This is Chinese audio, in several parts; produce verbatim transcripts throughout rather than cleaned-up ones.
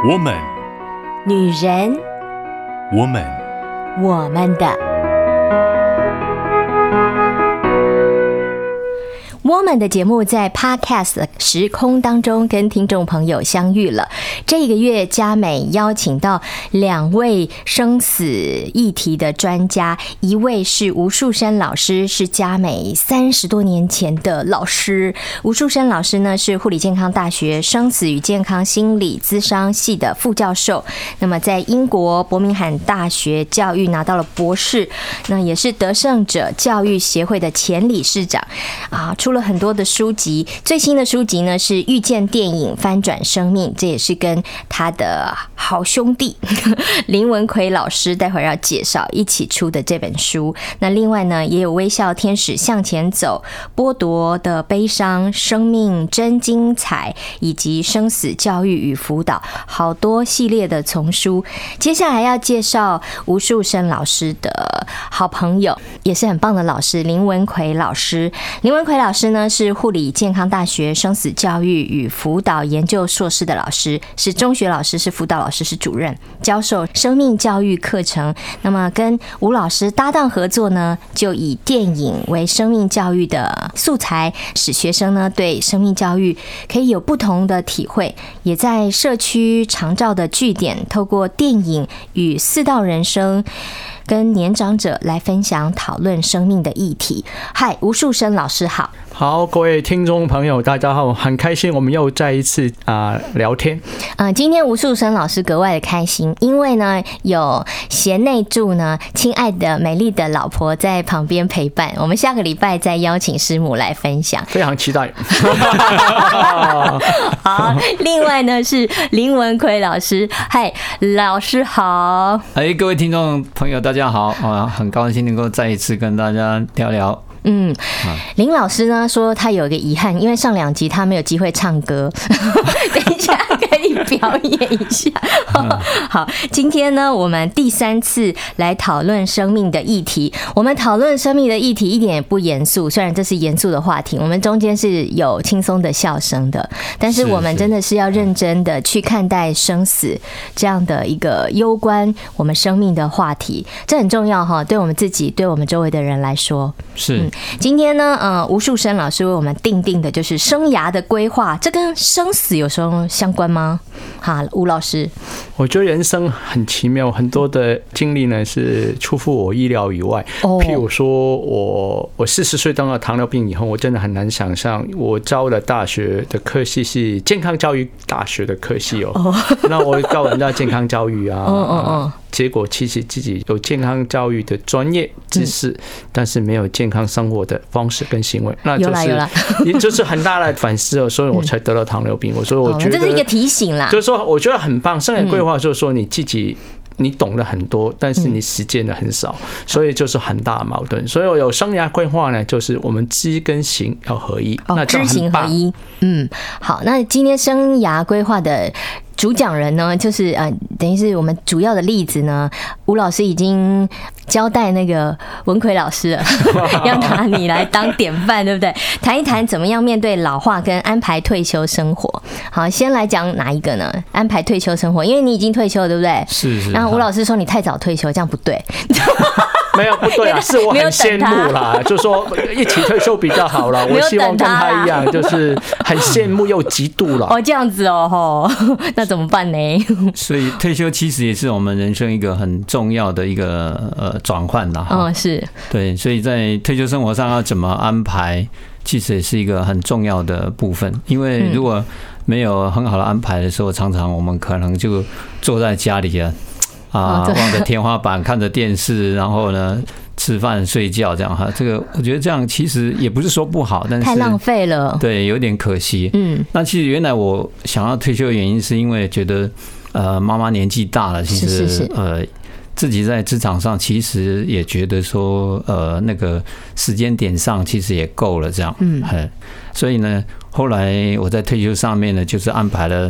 我们， 女人， 我们， 我们的。我们的节目在 Podcast 的时空当中跟听众朋友相遇了。这个月嘉美邀请到两位生死议题的专家，一位是吴树生老师，是嘉美三十多年前的老师。吴树生老师呢是护理健康大学生死与健康心理咨商系的副教授，那么在英国伯明翰大学教育拿到了博士，那也是得胜者教育协会的前理事长啊，出了很多的书籍，最新的书籍呢是《遇见电影翻转生命》，这也是跟他的好兄弟林文奎老师待会儿要介绍一起出的这本书。那另外呢也有《微笑天使向前走》、剥夺的悲伤、生命真精彩，以及生死教育与辅导，好多系列的丛书。接下来要介绍吴树生老师的好朋友，也是很棒的老师林文奎老师。林文奎老师呢是护理健康大学生死教育与辅导研究硕士的老师，是中学老师，是辅导老师，是主任，教授生命教育课程。那么跟吴老师搭档合作呢，就以电影为生命教育的素材，使学生呢对生命教育可以有不同的体会，也在社区长照的据点，透过电影与四道人生跟年长者来分享讨论生命的议题。嗨，吴树生老师好。 好，各位听众朋友，大家好，很开心我们又再一次啊、呃、聊天。 呃，今天吴树生老师格外的开心，因为呢有贤内助呢，亲爱的美丽的老婆在旁边陪伴。我们下个礼拜再邀请师母来分享， 非常期待。 好，另外呢是林文奎老师，嗨，老师好。 哎，各位听众朋友，大家好啊，很高兴能够再一次跟大家聊聊。 嗯，林老师呢说他有一个遗憾，因为上两集他没有机会唱歌，等一下可以表演一下。好，今天呢我们第三次来讨论生命的议题。我们讨论生命的议题一点也不严肃，虽然这是严肃的话题，我们中间是有轻松的笑声的，但是我们真的是要认真的去看待生死这样的一个攸关我们生命的话题，这很重要哈，对我们自己，对我们周围的人来说。 是。 嗯，今天呢，呃，吴树生老师为我们定定的就是生涯的规划，这跟生死有什么相关吗？哈，吴老师， 我觉得人生很奇妙，很多的经历呢是出乎我意料以外。譬如说我我四十岁得了糖尿病以后，我真的很难想象，我教的大学的科系是健康教育大学的科系哦。那我教人家健康教育啊。哦哦哦。结果其实自己有健康教育的专业知识，嗯、但是没有健康生活的方式跟行为，那就是也就是很大的反思哦，所以我才得了糖尿病。我说我觉得、哦、这是一个提醒啦， 就是说我觉得很棒。生涯规划就是说你自己。你懂得很多，但是你实践的很少，所以就是很大的矛盾。所以我有生涯规划呢，就是我们知跟行要合一， 哦、 那知行合一。嗯，好，那今天生涯规划的主讲人呢，就是呃，等于是我们主要的例子呢，吴老师已经交代那个文奎老师了，要拿你来当典范，对不对？谈一谈怎么样面对老化跟安排退休生活。好，先来讲哪一个呢？安排退休生活，因为你已经退休了，对不对？ 是是。 然后吴老师说你太早退休，这样不对。 没有不对啊，是我很羡慕啦，就说一起退休比较好啦。我希望跟他一样，就是很羡慕又嫉妒了。 哦，这样子哦，吼，那怎么办呢？ 所以退休其实也是我们人生一个很重要的一个呃转换啦。 嗯，是。 对，所以在退休生活上要怎么安排，其实也是一个很重要的部分。因为如果没有很好的安排的时候，常常我们可能就坐在家里啊。啊，望着天花板，看着电视，然后呢，吃饭睡觉这样哈。这个我觉得这样其实也不是说不好，但是太浪费了， 对，有点可惜。嗯，那其实原来我想要退休的原因，是因为觉得呃妈妈年纪大了，其实是是是呃自己在职场上其实也觉得说呃那个时间点上其实也够了这样。嗯，所以呢，后来我在退休上面呢，就是安排了。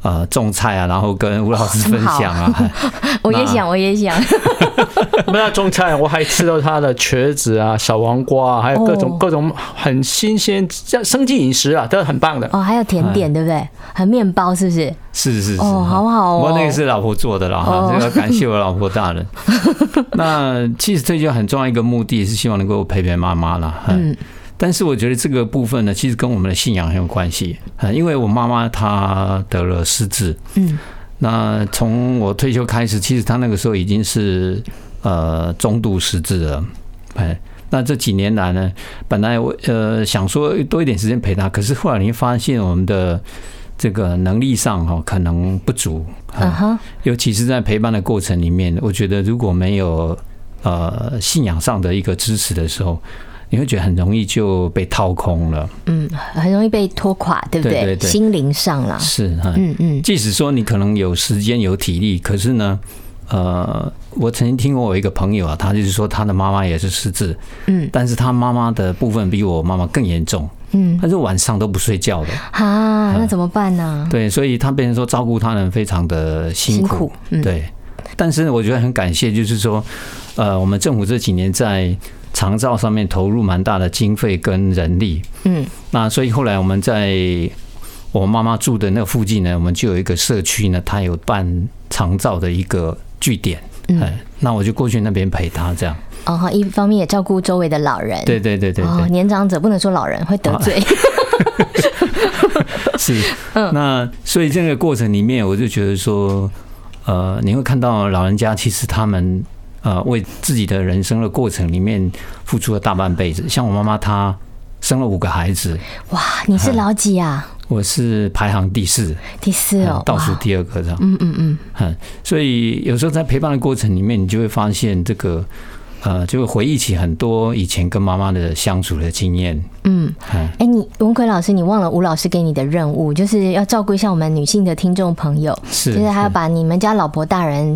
呃种菜啊，然后跟吴老师分享啊。 我也想，我也想。 不要种菜，我还吃到他的茄子啊、小黄瓜啊，还有各种、哦、各种很新鲜，生计饮食啊，都是很棒的。 哦，还有甜点，对不对？还有面包，是不是？ 是是是。 哦，好好哦。 不过那个是老婆做的啦，哈、哦，这个感谢我老婆大人。那其实退休很重要一个目的是希望能够陪陪妈妈啦。嗯。但是我觉得这个部分呢，其实跟我们的信仰很有关系。因为我妈妈她得了失智。嗯。那从我退休开始，其实她那个时候已经是呃中度失智了。哎，那这几年来呢，本来我呃想说多一点时间陪她，可是后来你会发现我们的这个能力上哈可能不足。Uh-huh. 尤其是在陪伴的过程里面，我觉得如果没有呃信仰上的一个支持的时候，你会觉得很容易就被掏空了，嗯， 很容易被拖垮，对不对？对对对，心灵上啦， 是，嗯嗯。即使说你可能有时间有体力，可是呢，呃，我曾经听过我一个朋友啊，他就是说他的妈妈也是失智，嗯，但是他妈妈的部分比我妈妈更严重，嗯，他是晚上都不睡觉的啊，那怎么办呢？ 对，所以他变成说照顾他人非常的辛苦，辛苦嗯、对。但是我觉得很感谢，就是说，呃，我们政府这几年在长照上面投入蛮大的经费跟人力，嗯，那所以后来我们在我妈妈住的那附近呢，我们就有一个社区呢，它有办长照的一个据点，嗯，那我就过去那边陪她这样。 哦，一方面也照顾周围的老人， 对对对 对, 对、 哦，年长者不能说老人会得罪， 是，那所以这个过程里面，我就觉得说，呃，你会看到老人家其实他们。呃，为自己的人生的过程里面付出了大半辈子。像我妈妈，她生了五个孩子。 哇，你是老几啊？ 我是排行第四， 第四哦， 倒数第二个这样。 嗯嗯嗯。所以有时候在陪伴的过程里面，你就会发现这个。呃，就会回忆起很多以前跟妈妈的相处的经验。嗯，哎、 欸，你文奎老师，你忘了吴老师给你的任务，就是要照顾一下我们女性的听众朋友，是，就是还要把你们家老婆大人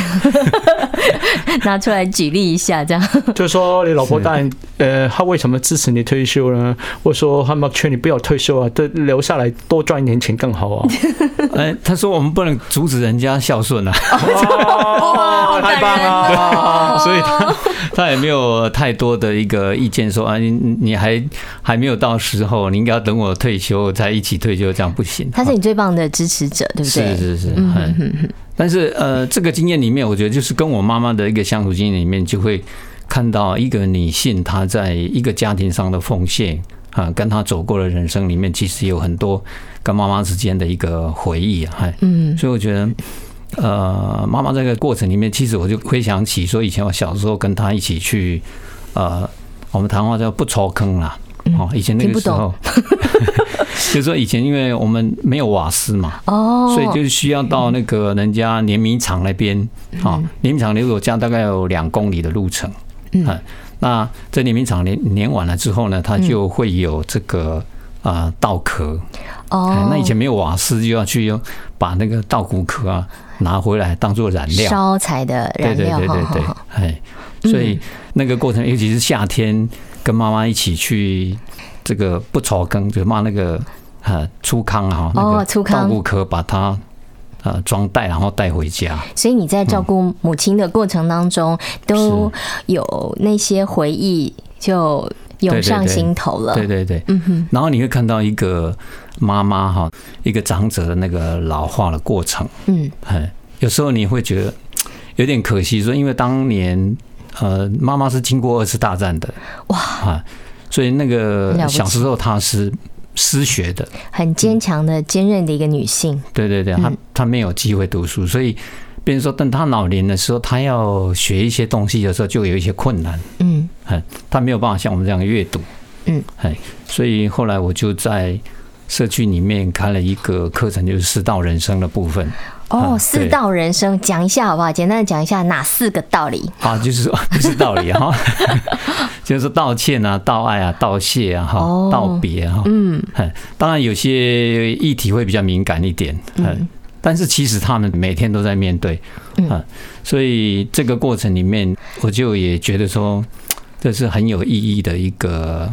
拿出来举例一下，这样。 就是说，你老婆大人，呃，她为什么支持你退休呢？或者说，他们劝你不要退休啊，都留下来多赚一点钱更好啊。 哎，他说我们不能阻止人家孝顺啊。 哦，太棒了！ 所以他。他也没有太多的一个意见说啊，你你还还没有到时候，你应该要等我退休才一起退休，这样不行。 他是你最棒的支持者，对不对？ 是是是。嗯哼哼哼。但是呃，这个经验里面，我觉得就是跟我妈妈的一个相处经验里面，就会看到一个女性她在一个家庭上的奉献啊，跟她走过的人生里面，其实有很多跟妈妈之间的一个回忆啊。嗯。所以我觉得。呃，妈妈这个过程里面，其实我就回想起说，以前我小时候跟她一起去，呃，我们台湾话叫不抽坑啦。哦，以前那个时候，就是说以前因为我们没有瓦斯嘛，哦，所以就需要到那个人家碾米厂那边，啊，碾米厂离我家大概有两公里的路程，嗯，那在碾米厂碾碾完了之后呢，它就会有这个啊稻壳，哦，那以前没有瓦斯，就要去把那个稻谷壳啊。拿回来当做燃料， 烧柴的燃料， 对对对对对，哎，所以那个过程，尤其是夏天，跟妈妈一起去这个不抽羹，就骂那个呃粗糠哈，那个稻谷壳把它呃装袋，然后带回家。 所以你在照顾母亲的过程当中，都有那些回忆就涌上心头了。 对对对，嗯哼。然后你会看到一个。妈妈哈，一个长者的那个老化的过程，嗯，有时候你会觉得有点可惜，说因为当年呃，妈妈是经过二次大战的，哇啊，所以那个小时候她是失学的， 很坚强的、坚韧的一个女性。 对对对，她她没有机会读书，所以别人说等她老年的时候，她要学一些东西的时候，就有一些困难，嗯，她没有办法像我们这样阅读，嗯，所以后来我就在。社区里面开了一个课程，就是四道人生的部分。 哦，四道人生，讲一下好不好？简单的讲一下哪四个道理啊？就是说不是道理哈，就是道歉啊、道爱啊、道谢啊、哈、道别哈。嗯，当然有些议题会比较敏感一点，嗯，但是其实他们每天都在面对，嗯，所以这个过程里面，我就也觉得说，这是很有意义的一个。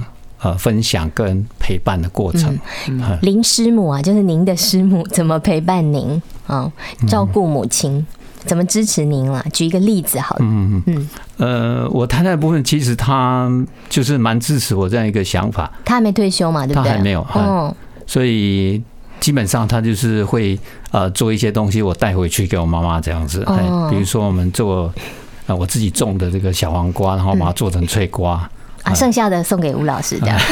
呃分享跟陪伴的过程。 嗯嗯、林师母啊，就是您的师母，怎么陪伴您啊？照顾母亲，怎么支持您啦？举一个例子好了。嗯嗯。 呃，我太太的部分其实她就是蛮支持我这样一个想法。 她还没退休嘛，对不对？ 她还没有。嗯。所以基本上她就是会呃做一些东西，我带回去给我妈妈这样子。哦。比如说我们做呃我自己种的这个小黄瓜，然后把它做成脆瓜。嗯啊，剩下的送给吴老师这样。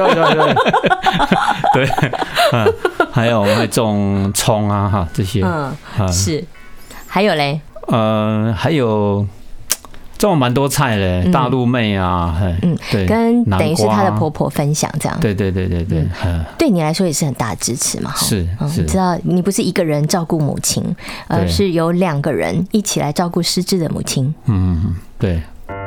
对，嗯，还有我们会种葱啊，哈，这些， 嗯，是，还有嘞， 呃，还有种蛮多菜嘞，大陆妹啊， 嗯，对，跟等于是她的婆婆分享这样。 对对对对对，嗯， 对你来说也是很大的支持嘛， 是， 你知道你不是一个人照顾母亲，而是有两个人一起来照顾失智的母亲。 嗯嗯，对。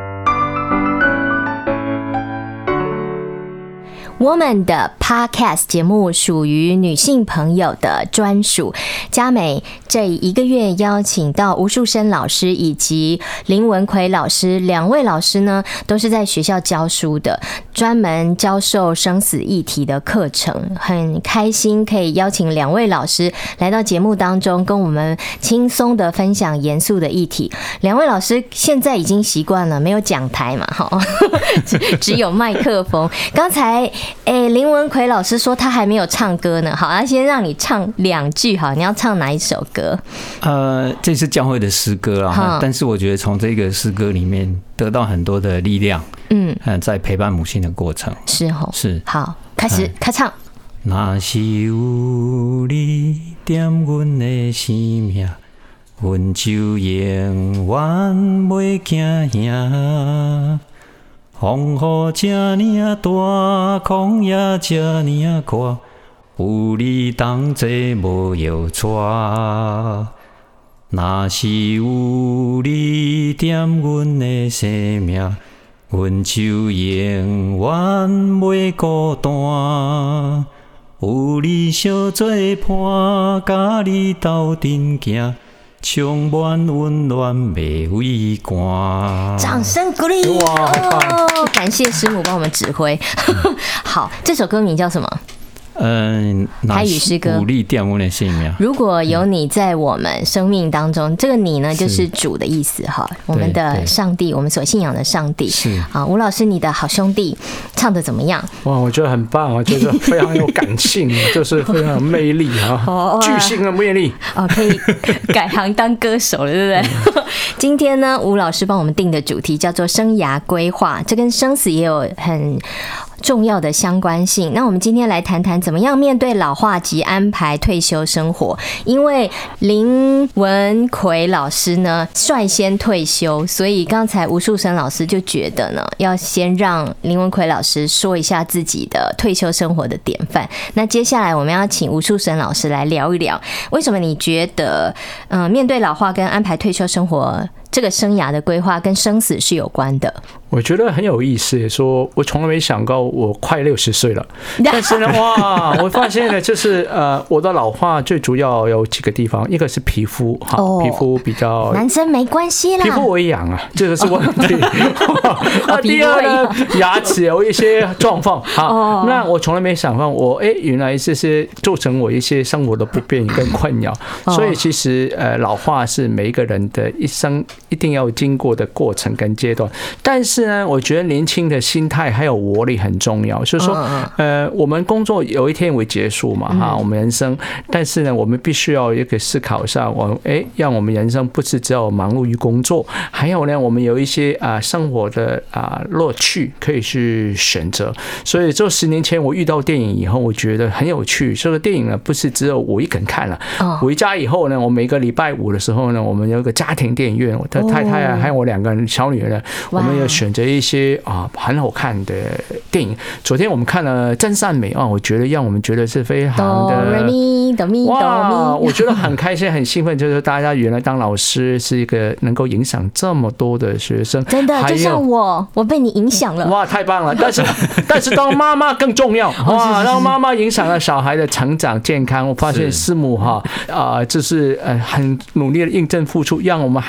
我们的 Podcast 节目属于女性朋友的专属。嘉美这一个月邀请到吴树生老师以及林文奎老师，两位老师呢都是在学校教书的，专门教授生死议题的课程。很开心可以邀请两位老师来到节目当中，跟我们轻松的分享严肃的议题。两位老师现在已经习惯了，没有讲台嘛，只有麦克风。刚才哎，林文奎老师说他还没有唱歌呢，好，那先让你唱两句，好，你要唱哪一首歌？ 呃，这是教会的诗歌啊，但是我觉得从这个诗歌里面得到很多的力量，嗯，在陪伴母亲的过程， 是哦， 是， 好，开始，开唱。 若是有你点阮的生命，阮就永远袂惊兄。风雨这呢大，旷野这呢宽，有你同齐无摇拽。若是有你点阮的生命，阮就永远袂孤单。有你相做伴，甲你斗阵行。充满温暖，袂畏寒。 掌声鼓励！哦，感谢师母帮我们指挥。好，这首歌名叫什么？ 嗯， 台语诗歌。 鼓励点温的生命。 如果有你在我们生命当中，这个你呢，就是主的意思哈。我们的上帝，我们所信仰的上帝。是啊，吴老师，你的好兄弟唱的怎么样？ 哇，我觉得很棒啊，就是非常有感性，就是非常有魅力啊，巨星的魅力。 哦，可以改行当歌手了，对不对？今天呢，吴老师帮我们定的主题叫做生涯规划，这跟生死也有很重要的相关性。那我们今天来谈谈怎么样面对老化及安排退休生活。因为林文奎老师呢率先退休，所以刚才吴树生老师就觉得呢，要先让林文奎老师说一下自己的退休生活的典范。那接下来我们要请吴树生老师来聊一聊，为什么你觉得，嗯、呃，面对老化跟安排退休生活这个生涯的规划跟生死是有关的？ 我觉得很有意思，说我从来没想过我快六十岁了，但是呢，哇，我发现呢，就是呃，我的老化最主要有几个地方，一个是皮肤，哈，哦、皮肤比较， 男生没关系啦， 皮肤我也痒啊，这个是问题。那第二呢，牙齿有一些状况，好，哦、那我从来没想过我，哎、欸，原来这些造成我一些生活的不便跟困扰，哦、所以其实呃，老化是每一个人的一生一定要经过的过程跟阶段，但是呢，我觉得年轻的心态还有活力很重要。就是说，呃，我们工作有一天会结束嘛，哈，我们人生，但是呢，我们必须要一个思考上，我哎，让我们人生不是只有忙碌于工作，还有呢，我们有一些啊生活的啊乐趣可以去选择。所以，这十年前我遇到电影以后，我觉得很有趣。这个电影呢，不是只有我一个人看了，回家以后呢，我每个礼拜五的时候呢，我们有一个家庭电影院，我的太太啊，还有我两个小女儿呢，我们有选择一些啊很好看的电影。昨天我们看了《真善美》啊，我觉得让我们觉得是非常的哇，我觉得很开心、很兴奋，就是大家原来当老师是一个能够影响这么多的学生， 真的就像我，我被你影响了， 哇，太棒了！但是但是当妈妈更重要，哇，让妈妈影响了小孩的成长健康。我发现师母哈啊，就是呃很努力的认真付出，让我们孩子都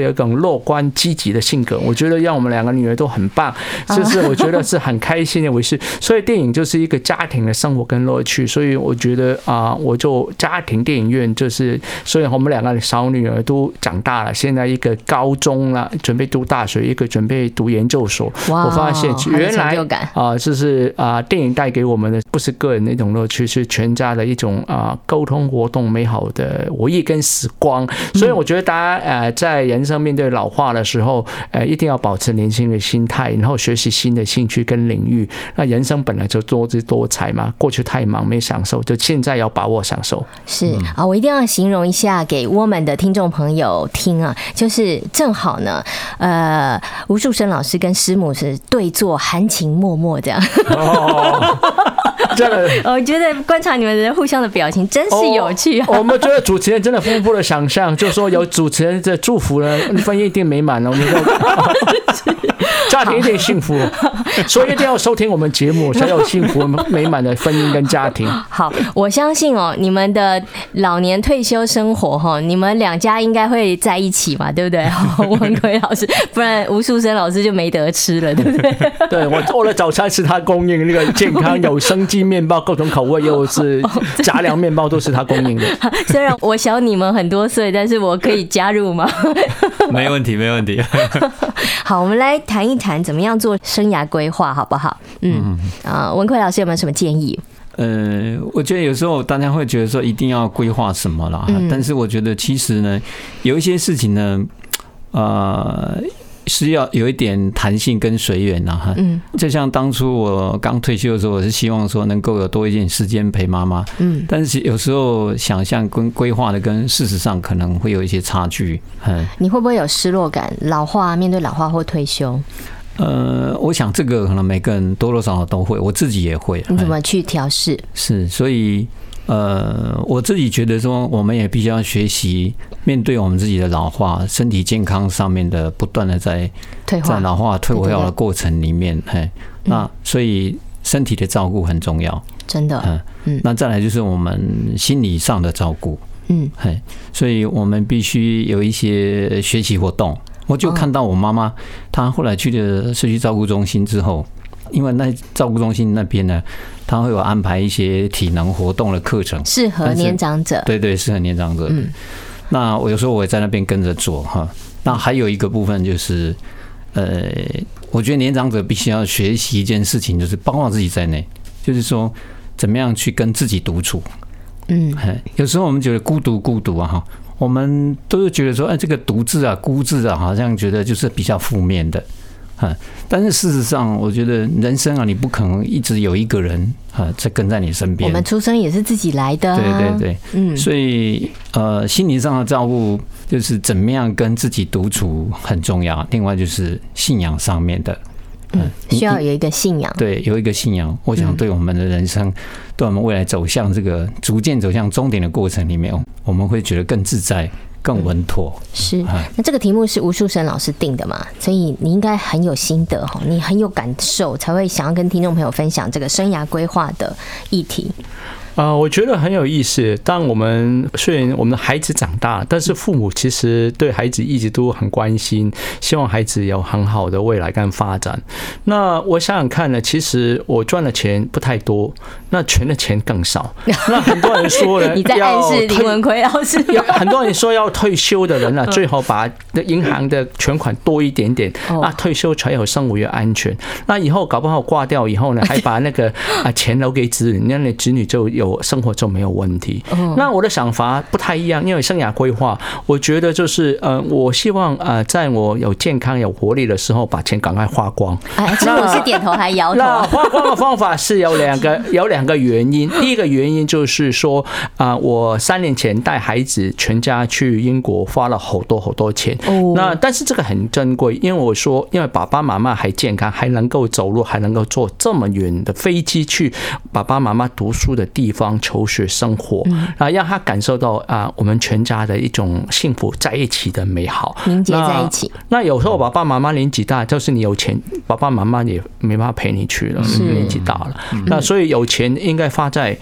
有一种乐观积极的性格，我觉得让我们两个女儿都很棒，就是我觉得是很开心的一回事。所以电影就是一个家庭的生活跟乐趣，所以我觉得啊、呃，我就家庭电影院就是，所以我们两个小女儿都长大了，现在一个高中了，准备读大学，一个准备读研究所。我发现原来啊、呃，就是啊、呃，电影带给我们的不是个人的一种乐趣，是全家的一种啊、呃、沟通活动、美好的回忆跟时光。所以我觉得大家呃在人生面对老化的时候，呃一定要保持年轻的心态，然后学习新的兴趣跟领域。那人生本来就多姿多彩嘛，过去太忙没享受，就现在要把握享受。 是啊，我一定要形容一下给我们的听众朋友听啊，就是正好呢，呃，吴树生老师跟师母是对坐，含情脉脉这样。哦真的，我觉得观察你们的互相的表情真是有趣、啊哦。我们觉得主持人真的丰富的想象，就是说有主持人的祝福呢，婚姻一定美满了，我们家庭一定幸福，所以一定要收听我们节目，才有幸福美满的婚姻跟家庭。 好，我相信哦，你们的老年退休生活哈，你们两家应该会在一起嘛，对不对？文奎老师，不然吴树生老师就没得吃了，对不对？ 对，我做了早餐是他供应，那个健康有生机面包各种口味又是杂粮面包都是他供应的。 虽然我小你们很多岁，但是我可以加入吗？ 没问题，没问题。 好，我们来谈一谈怎么样做生涯规划，好不好？嗯啊，文奎老师有没有什么建议？ 呃，我觉得有时候大家会觉得说一定要规划什么啦，嗯、但是我觉得其实呢，有一些事情呢，呃。是要有一点弹性跟随缘呐，哈，嗯，就像当初我刚退休的时候，我是希望说能够有多一点时间陪妈妈，嗯，但是有时候想象跟规划的跟事实上可能会有一些差距，嗯， 你会不会有失落感？老化，面对老化或退休？ 呃，我想这个可能每个人多多少少都会，我自己也会。 你怎么去调试？ 是，所以。呃，我自己觉得说，我们也必须要学习面对我们自己的老化，身体健康上面的不断的在在老化退化的过程里面，嘿，那所以身体的照顾很重要， 真的， 嗯嗯，那再来就是我们心理上的照顾，嗯，嘿，所以我们必须有一些学习活动。我就看到我妈妈，她后来去了社区照顾中心之后。因为那照顾中心那边呢，他会有安排一些体能活动的课程， 适合年长者。对对，适合年长者。嗯，那我有时候我也在那边跟着做哈。那还有一个部分就是，呃，我觉得年长者必须要学习一件事情，就是包括自己在内，就是说怎么样去跟自己独处。嗯，有时候我们觉得孤独孤独啊哈，我们都是觉得说，哎，这个独字啊、孤字啊，好像觉得就是比较负面的。但是事实上，我觉得人生啊，你不可能一直有一个人啊在跟在你身边。 我们出生也是自己来的、啊， 对对对，嗯，所以呃，心理上的照顾就是怎么样跟自己独处很重要。另外就是信仰上面的， 嗯，需要有一个信仰， 对，有一个信仰，我想对我们的人生，对我们未来走向这个逐渐走向终点的过程里面，我们会觉得更自在。更稳妥。 是，那这个题目是吴树生老师定的嘛？所以你应该很有心得哈，你很有感受，才会想要跟听众朋友分享这个生涯规划的议题。 啊、呃，我觉得很有意思。当我们虽然我们的孩子长大，但是父母其实对孩子一直都很关心，希望孩子有很好的未来跟发展。那我想想看呢，其实我赚的钱不太多，那存的钱更少。那很多人说呢， 你在暗示林文奎老师。 很多人说要退休的人啊，最好把银行的存款多一点点，那退休才有生活越安全。那以后搞不好挂掉以后呢，还把那个啊钱留给子女，那你子女就有。生活就没有问题。那我的想法不太一样，因为生涯规划，我觉得就是呃，我希望呃，在我有健康有活力的时候，把钱赶快花光。 哎，这我是点头还摇头。 那花光的方法是有两个，有两个原因。第一个原因就是说啊、呃，我三年前带孩子全家去英国，花了好多好多钱。那但是这个很珍贵，因为我说，因为爸爸妈妈还健康，还能够走路，还能够坐这么远的飞机去爸爸妈妈读书的地方求学生活，啊，让他感受到啊，我们全家的一种幸福在一起的美好， 凝结在一起。 那有时候爸爸妈妈年纪大，就是你有钱，爸爸妈妈也没办法陪你去了，年纪大了。那所以有钱应该花在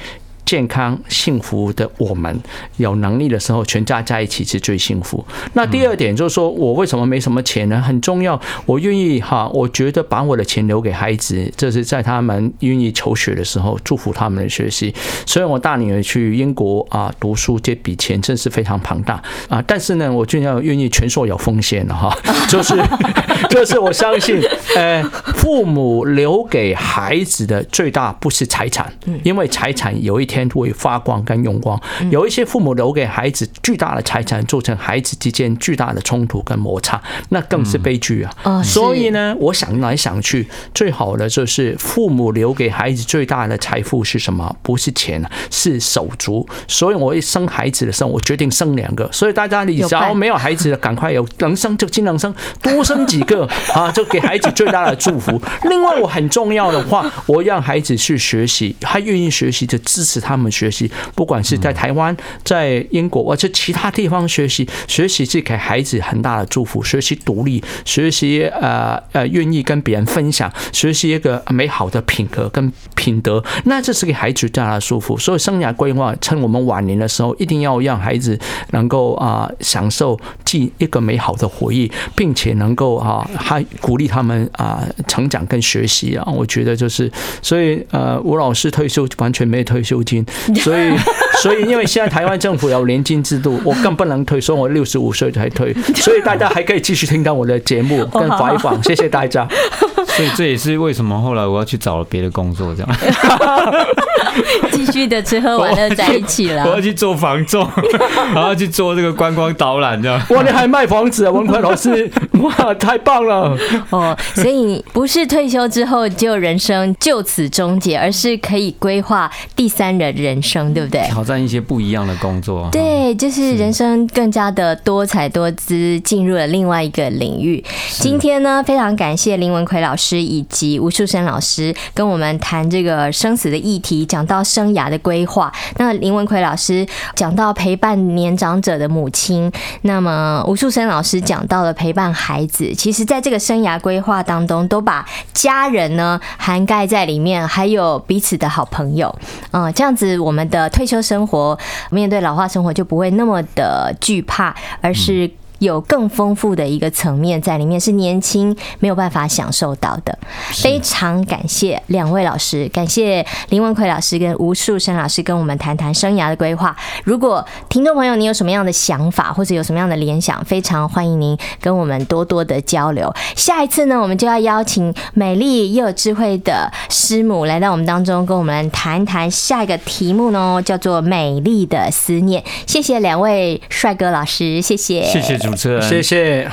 健康幸福的我们，有能力的时候全家在一起是最幸福。那第二点就是说，我为什么没什么钱呢？很重要，我愿意哈，我觉得把我的钱留给孩子，这是在他们愿意求学的时候，祝福他们的学习。所以我大女儿去英国啊读书，这笔钱真是非常庞大啊！但是呢，我就要愿意全说有风险了哈，就是就是我相信，呃，父母留给孩子的最大不是财产，因为财产有一天会发光跟用光。有一些父母留给孩子巨大的财产，造成孩子之间巨大的冲突跟摩擦，那更是悲剧啊！所以呢，我想来想去，最好的就是父母留给孩子最大的财富是什么？不是钱，是手足。所以我一生孩子的时候，我决定生两个。所以大家，你只要没有孩子的，赶快有能生就尽量生，多生几个啊，就给孩子最大的祝福。另外，我很重要的话，我让孩子去学习，他愿意学习就支持他们学习，不管是在台湾、在英国或者其他地方学习，学习是给孩子很大的祝福。学习独立，学习呃呃愿意跟别人分享，学习一个美好的品格跟品德，那这是给孩子最大的祝福。所以生涯规划，趁我们晚年的时候，一定要让孩子能够啊、呃、享受记一个美好的回忆，并且能够啊还鼓励他们啊、呃、成长跟学习啊。我觉得就是，所以呃吴老师退休完全没退休金，所以所以因为现在台湾政府有年金制度，我更不能退，所以我六十五岁才退，所以大家还可以继续听到我的节目跟采访，谢谢大家。 所以这也是为什么后来我要去找了别的工作，这样继续的吃喝玩乐在一起了。 我要去做房仲，然后去做这个观光导览，这样。 哇，你还卖房子啊，文奎老师，哇，太棒了！ 哦，所以你不是退休之后就人生就此终结，而是可以规划第三人人生，对不对？ 挑战一些不一样的工作。 对，就是人生更加的多彩多姿，进入了另外一个领域。今天呢，非常感谢林文奎老师以及吴树生老师跟我们谈这个生死的议题，讲到生涯的规划。那林文奎老师讲到陪伴年长者的母亲，那么吴树生老师讲到了陪伴孩子。其实在这个生涯规划当中，都把家人呢涵盖在里面，还有彼此的好朋友。嗯，这样子我们的退休生活，面对老化生活就不会那么的惧怕，而是有更丰富的一个层面在里面，是年轻没有办法享受到的。非常感谢两位老师，感谢林文奎老师跟吴树生老师跟我们谈谈生涯的规划。如果听众朋友你有什么样的想法或者有什么样的联想，非常欢迎您跟我们多多的交流。下一次呢，我们就要邀请美丽又有智慧的师母来到我们当中，跟我们谈谈下一个题目呢，叫做美丽的思念。谢谢两位帅哥老师，谢谢， 谢谢主持人， 谢谢。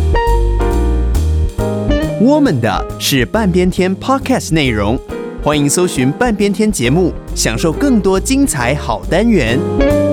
我们的是半边天 Podcast 内容，欢迎搜寻半边天节目，享受更多精彩好单元。